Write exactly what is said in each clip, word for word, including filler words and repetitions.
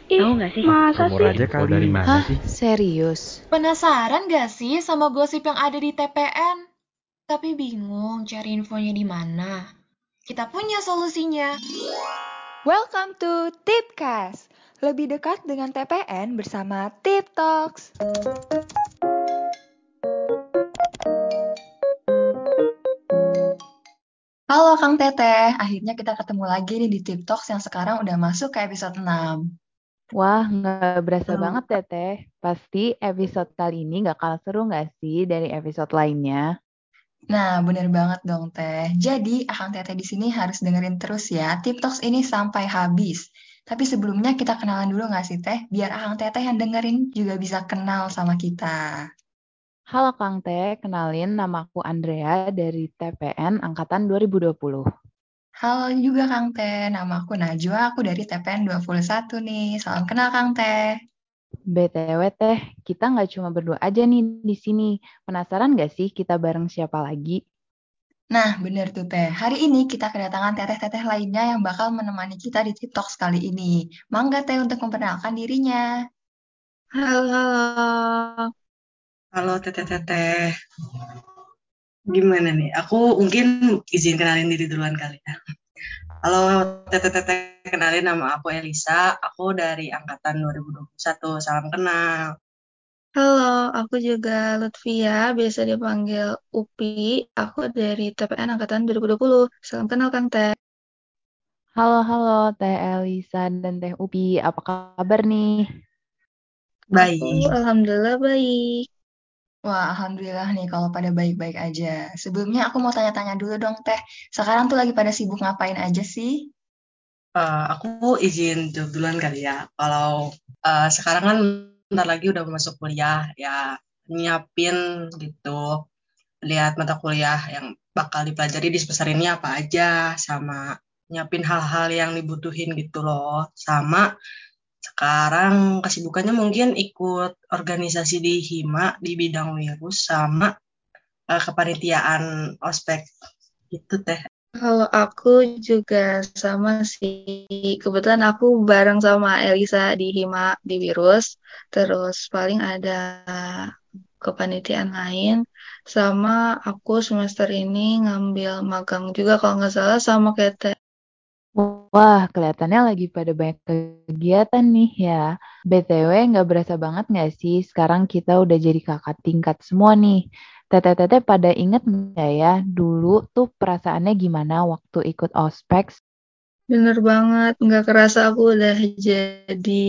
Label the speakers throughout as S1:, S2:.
S1: Ih,
S2: Tahu nggak sih?
S1: masa
S3: Rumor
S1: sih?
S3: aja
S4: Info
S3: kali.
S4: dari mana
S5: Hah,
S4: sih?
S5: serius?
S6: Penasaran gak sih sama gosip yang ada di T P N? Tapi bingung cari infonya di mana. Kita punya solusinya.
S1: Welcome to Tipcast. Lebih dekat dengan T P N bersama Tip Talks.
S7: Halo Kang Teteh, akhirnya kita ketemu lagi nih di Tip Talks yang sekarang udah masuk ke episode enam.
S2: Wah, nggak berasa
S7: Hmm.
S2: banget ya, Teh. Pasti episode kali ini nggak kalah seru nggak sih dari episode lainnya?
S7: Nah, bener banget dong Teh. Jadi, Akang Teteh di sini harus dengerin terus ya Tip Talks ini sampai habis. Tapi sebelumnya kita kenalan dulu nggak sih Teh? Biar Akang Teteh yang dengerin juga bisa kenal sama kita.
S2: Halo Kang Teh, kenalin nama aku Andrea dari T P N Angkatan dua ribu dua puluh.
S7: Halo juga Kang Teh, nama aku Najwa, aku dari T P N dua puluh satu nih. Salam kenal Kang Teh.
S2: B T W Teh, kita nggak cuma berdua aja nih di sini. Penasaran nggak sih kita bareng siapa lagi?
S7: Nah, bener tuh Teh. Hari ini kita kedatangan teteh-teteh lainnya yang bakal menemani kita di TikTok kali ini. Mangga Teh untuk memperkenalkan dirinya.
S8: Halo, halo.
S9: Halo teteh-teteh, gimana nih? Aku mungkin izin kenalin diri duluan kali ya. Halo teteh-teteh, kenalin nama aku Elisa, aku dari angkatan dua ribu dua puluh satu, salam kenal.
S8: Halo, aku juga Lutfia, biasa dipanggil Upi. Aku dari T P N Angkatan dua ribu dua puluh. Salam kenal, Kang Teh.
S2: Halo, halo Teh Elisa dan Teh Upi, apa kabar nih?
S8: Aku
S9: Baik,
S8: alhamdulillah baik.
S7: Wah, alhamdulillah nih kalau pada baik-baik aja. Sebelumnya aku mau tanya-tanya dulu dong Teh. Sekarang tuh lagi pada sibuk ngapain aja sih?
S9: eh, aku izin jawab duluan kali ya. Kalau eh, sekarang kan bentar lagi udah masuk kuliah, ya nyiapin gitu, lihat mata kuliah yang bakal dipelajari di semester ini apa aja, sama nyiapin hal-hal yang dibutuhin gitu loh. Sama sekarang kesibukannya mungkin ikut organisasi di Hima di bidang wirus sama eh, kepanitiaan ospek gitu teh.
S8: Kalau aku juga sama sih. Kebetulan aku bareng sama Elisa di Hima di Wirus. Terus paling ada kepanitiaan lain. Sama aku semester ini ngambil magang juga kalau nggak salah sama kayak Teh.
S2: Wah, kelihatannya lagi pada banyak kegiatan nih ya. B T W nggak berasa banget nggak sih sekarang kita udah jadi kakak tingkat semua nih. Teteh-teteh pada inget nggak ya dulu tuh perasaannya gimana waktu ikut ospek?
S8: Bener banget, nggak kerasa aku udah jadi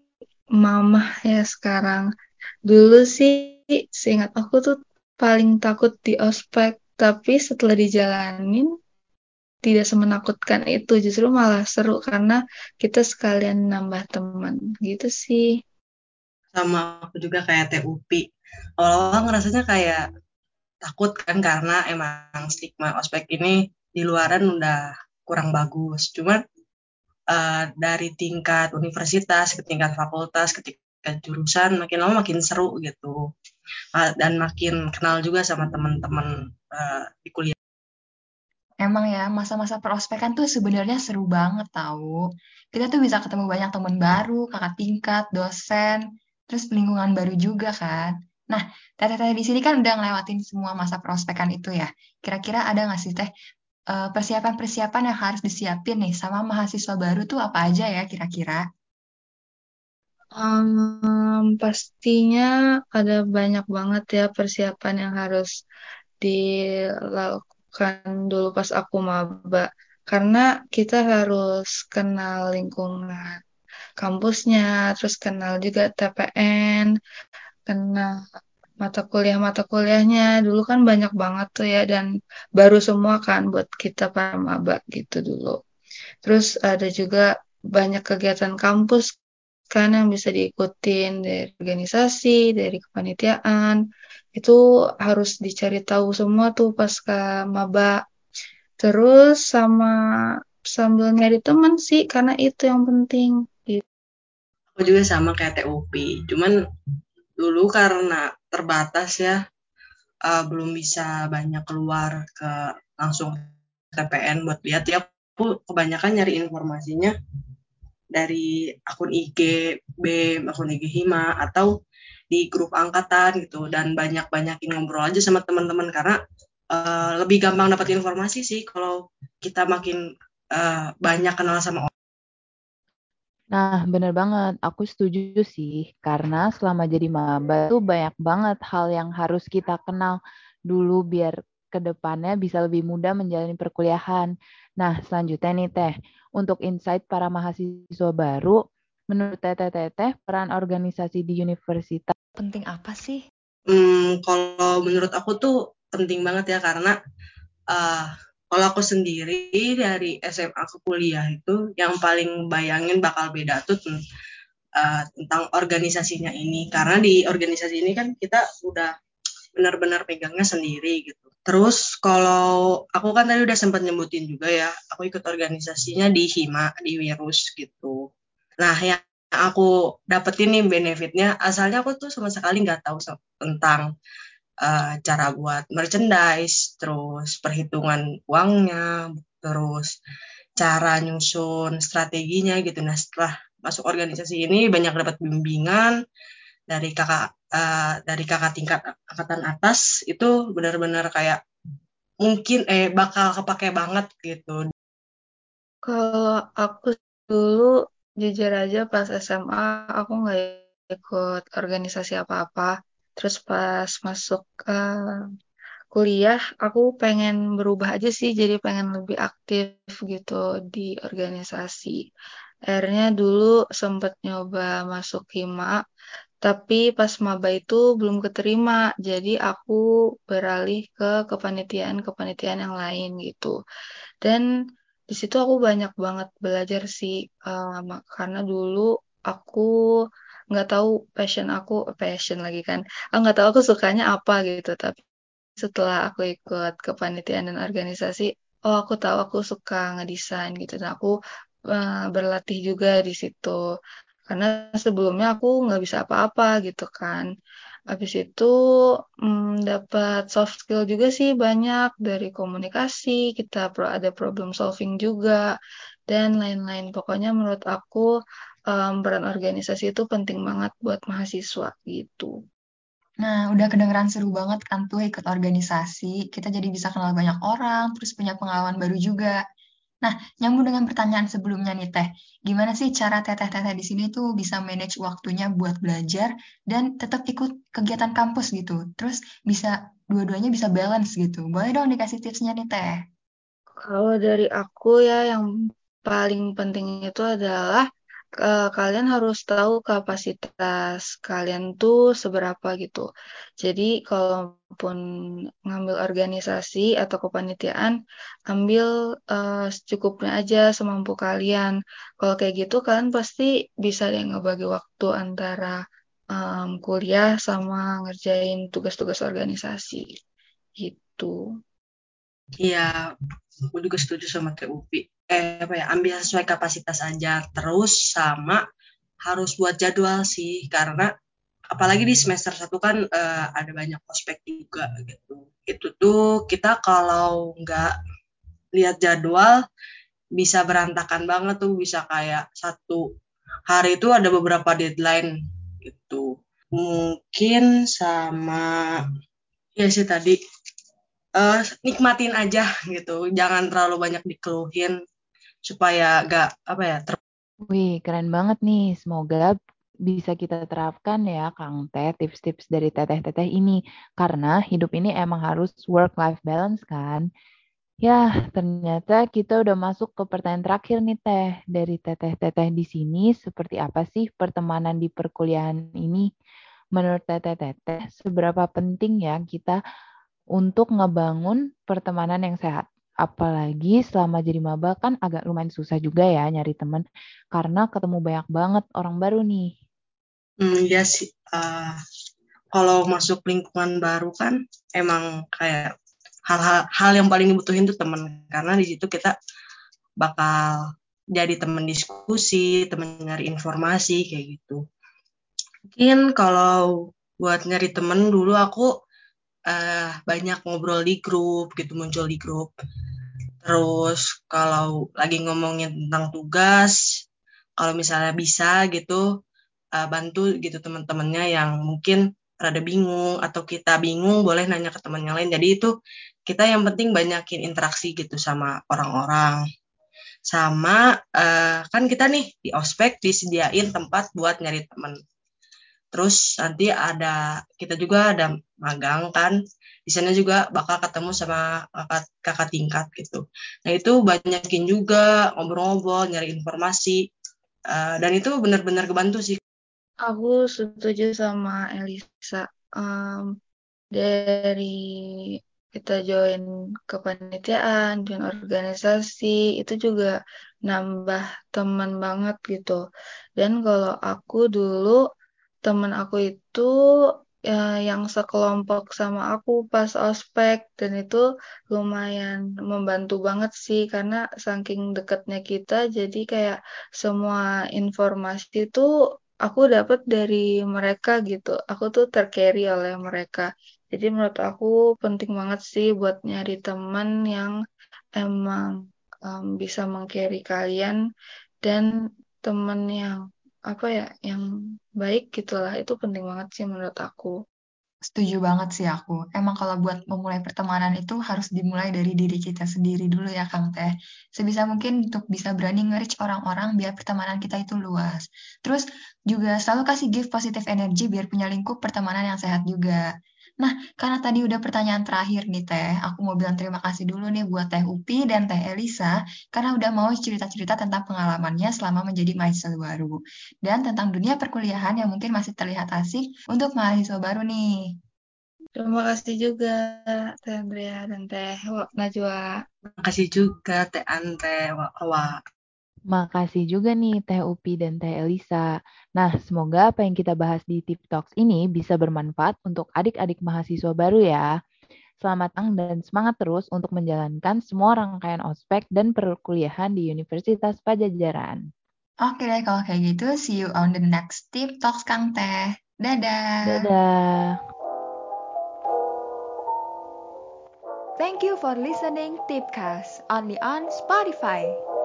S8: mamah ya sekarang. Dulu sih, seingat aku tuh paling takut di ospek, tapi setelah dijalanin tidak semenakutkan itu, justru malah seru karena kita sekalian nambah teman, gitu sih.
S9: Sama aku juga kayak Teh Upi. Awal-awal ngerasanya kayak takut kan karena emang stigma ospek ini di luaran udah kurang bagus. Cuman eh, dari tingkat universitas ke tingkat fakultas ke tingkat jurusan makin lama makin seru gitu. Ah, dan makin kenal juga sama teman-teman eh, di kuliah.
S7: Emang ya, masa-masa perospekan tuh sebenarnya seru banget tahu. Kita tuh bisa ketemu banyak teman baru, kakak tingkat, dosen, terus lingkungan baru juga kan. Nah, teteh-teteh di sini kan udah ngelewatin semua masa perospekan itu ya. Kira-kira ada nggak sih teh eh, persiapan-persiapan yang harus disiapin nih sama mahasiswa baru tuh apa aja ya kira-kira?
S8: Em, pastinya ada banyak banget ya persiapan yang harus dilakukan dulu pas aku maba. Karena kita harus kenal lingkungan kampusnya, terus kenal juga T P N, kenal mata kuliah-mata kuliahnya. Dulu kan banyak banget tuh ya, dan baru semua kan buat kita para maba gitu dulu. Terus ada juga banyak kegiatan kampus kan yang bisa diikutin dari organisasi, dari kepanitiaan. Itu harus dicari tahu semua tuh pas ke maba. Terus sama sambil nyari teman sih karena itu yang penting. Gitu.
S9: Aku juga sama kayak T U P. Cuman dulu karena terbatas ya, eh, belum bisa banyak keluar ke langsung T P N buat lihat ya. Aku kebanyakan nyari informasinya dari akun I G B E M, akun I G Hima, atau di grup angkatan gitu, dan banyak-banyakin ngobrol aja sama teman-teman karena uh, lebih gampang dapat informasi sih kalau kita makin uh, banyak kenal sama orang.
S2: Nah, bener banget. Aku setuju sih. Karena selama jadi maba tuh banyak banget hal yang harus kita kenal dulu biar ke depannya bisa lebih mudah menjalani perkuliahan. Nah, selanjutnya nih Teh, untuk insight para mahasiswa baru, menurut Teteh Teteh, peran organisasi di universitas
S1: Penting apa sih?
S9: Hmm, kalau menurut aku tuh penting banget ya karena uh, kalau aku sendiri dari S M A ke kuliah itu yang paling bayangin bakal beda tuh uh, tentang organisasinya ini, karena di organisasi ini kan kita udah benar-benar pegangnya sendiri gitu. Terus kalau aku kan tadi udah sempat nyebutin juga ya, aku ikut organisasinya di Hima, di Wirus gitu. Nah, yang aku dapetin nih benefitnya, asalnya aku tuh sama sekali nggak tahu tentang uh, cara buat merchandise, terus perhitungan uangnya, terus cara nyusun strateginya gitu. Nah, setelah masuk organisasi ini banyak dapat bimbingan dari kakak uh, dari kakak tingkat angkatan atas, itu benar-benar kayak mungkin eh bakal kepake banget gitu.
S8: Kalau aku dulu jujur aja pas S M A aku nggak ikut organisasi apa-apa. Terus pas masuk uh, kuliah aku pengen berubah aja sih jadi pengen lebih aktif gitu di organisasi. Akhirnya dulu sempet nyoba masuk Hima, tapi pas maba itu belum keterima. Jadi aku beralih ke kepanitiaan-kepanitiaan yang lain gitu. Dan di situ aku banyak banget belajar sih, eh, ma- karena dulu aku nggak tahu passion aku, passion lagi kan, aku nggak tahu aku sukanya apa gitu. Tapi setelah aku ikut kepanitiaan dan organisasi, oh aku tahu aku suka ngedesain gitu. Dan aku eh, berlatih juga di situ. Karena sebelumnya aku nggak bisa apa-apa gitu kan. Habis itu mm, dapat soft skill juga sih banyak dari komunikasi, kita pro ada problem solving juga, dan lain-lain. Pokoknya menurut aku em, peran organisasi itu penting banget buat mahasiswa gitu.
S7: Nah, udah kedengeran seru banget kan tuh ikut organisasi. Kita jadi bisa kenal banyak orang, terus punya pengalaman baru juga. Nah, nyambung dengan pertanyaan sebelumnya nih Teh, gimana sih cara Teteh-teteh di sini tuh bisa manage waktunya buat belajar dan tetap ikut kegiatan kampus gitu. Terus bisa dua-duanya bisa balance gitu. Boleh dong dikasih tipsnya nih Teh.
S8: Kalau dari aku ya, yang paling penting itu adalah eh, kalian harus tahu kapasitas kalian tuh seberapa gitu. Jadi, kalaupun ngambil organisasi atau kepanitiaan, ambil eh, secukupnya aja semampu kalian. Kalau kayak gitu, kalian pasti bisa deh ngebagi waktu antara em, kuliah sama ngerjain tugas-tugas organisasi gitu.
S9: Iya, aku juga setuju sama kayak Upi. Eh, apa ya, ambil sesuai kapasitas aja. Terus sama harus buat jadwal sih, karena apalagi di semester satu kan eh, ada banyak prospek juga gitu. Itu tuh kita kalau nggak lihat jadwal bisa berantakan banget tuh, bisa kayak satu hari itu ada beberapa deadline gitu. Mungkin sama ya sih tadi eh, nikmatin aja gitu, jangan terlalu banyak dikeluhin supaya gak apa ya ter-
S2: Wih, keren banget nih. Semoga bisa kita terapkan ya, Kang Teh, tips-tips dari teteh-teteh ini. Karena hidup ini emang harus work-life balance kan. Ya, ternyata kita udah masuk ke pertanyaan terakhir nih, Teh. Dari teteh-teteh di sini, seperti apa sih pertemanan di perkuliahan ini? Menurut teteh-teteh, seberapa penting ya kita untuk ngebangun pertemanan yang sehat? Apalagi selama jadi maba kan agak lumayan susah juga ya nyari teman karena ketemu banyak banget orang baru nih.
S9: hmm, ya sih eh, kalau masuk lingkungan baru kan emang kayak hal-hal hal yang paling dibutuhin tuh temen, karena di situ kita bakal jadi temen diskusi, temen nyari informasi kayak gitu. Mungkin kalau buat nyari temen dulu aku eh, banyak ngobrol di grup gitu, muncul di grup. Terus kalau lagi ngomongin tentang tugas, kalau misalnya bisa gitu uh, bantu gitu teman-temannya yang mungkin rada bingung atau kita bingung boleh nanya ke teman yang lain. Jadi itu kita yang penting banyakin interaksi gitu sama orang-orang. Sama uh, kan kita nih di ospek disediain tempat buat nyari teman. Terus nanti ada kita juga ada magang kan. Di sana juga bakal ketemu sama kakak, kakak tingkat gitu. Nah itu banyakin juga ngobrol-ngobrol, nyari informasi. Uh, dan itu benar-benar kebantu sih.
S8: Aku setuju sama Elisa. Um, dari kita join kepanitiaan, join organisasi, itu juga nambah teman banget gitu. Dan kalau aku dulu, teman aku itu ya, yang sekelompok sama aku pas ospek, dan itu lumayan membantu banget sih, karena saking dekatnya kita, jadi kayak semua informasi itu aku dapat dari mereka gitu. Aku tuh tercarry oleh mereka. Jadi menurut aku penting banget sih buat nyari teman yang emang em, bisa meng-carry kalian, dan teman yang apa ya, yang baik gitulah. Itu penting banget sih menurut aku.
S7: Setuju banget sih aku. Emang kalau buat memulai pertemanan itu harus dimulai dari diri kita sendiri dulu ya Kang Teh. Sebisa mungkin untuk bisa berani nge-reach orang-orang biar pertemanan kita itu luas. Terus juga selalu kasih give positive energy biar punya lingkup pertemanan yang sehat juga. Nah, karena tadi udah pertanyaan terakhir nih Teh, aku mau bilang terima kasih dulu nih buat Teh Upi dan Teh Elisa karena udah mau cerita-cerita tentang pengalamannya selama menjadi mahasiswa baru dan tentang dunia perkuliahan yang mungkin masih terlihat asik untuk mahasiswa baru nih.
S8: Terima kasih juga Teh Andrea dan Teh Najwa.
S9: Makasih juga Teh Ante, Wak.
S2: Makasih juga nih Teh Upi dan Teh Elisa. Nah, semoga apa yang kita bahas di Tip Talks ini bisa bermanfaat untuk adik-adik mahasiswa baru ya. Selamat datang dan semangat terus untuk menjalankan semua rangkaian ospek dan perkuliahan di Universitas Pajajaran.
S7: Oke deh kalau kayak gitu, see you on the next Tip Talks Kang Teh. Dadah!
S2: Dadah!
S1: Thank you for listening Tipcast only on Spotify.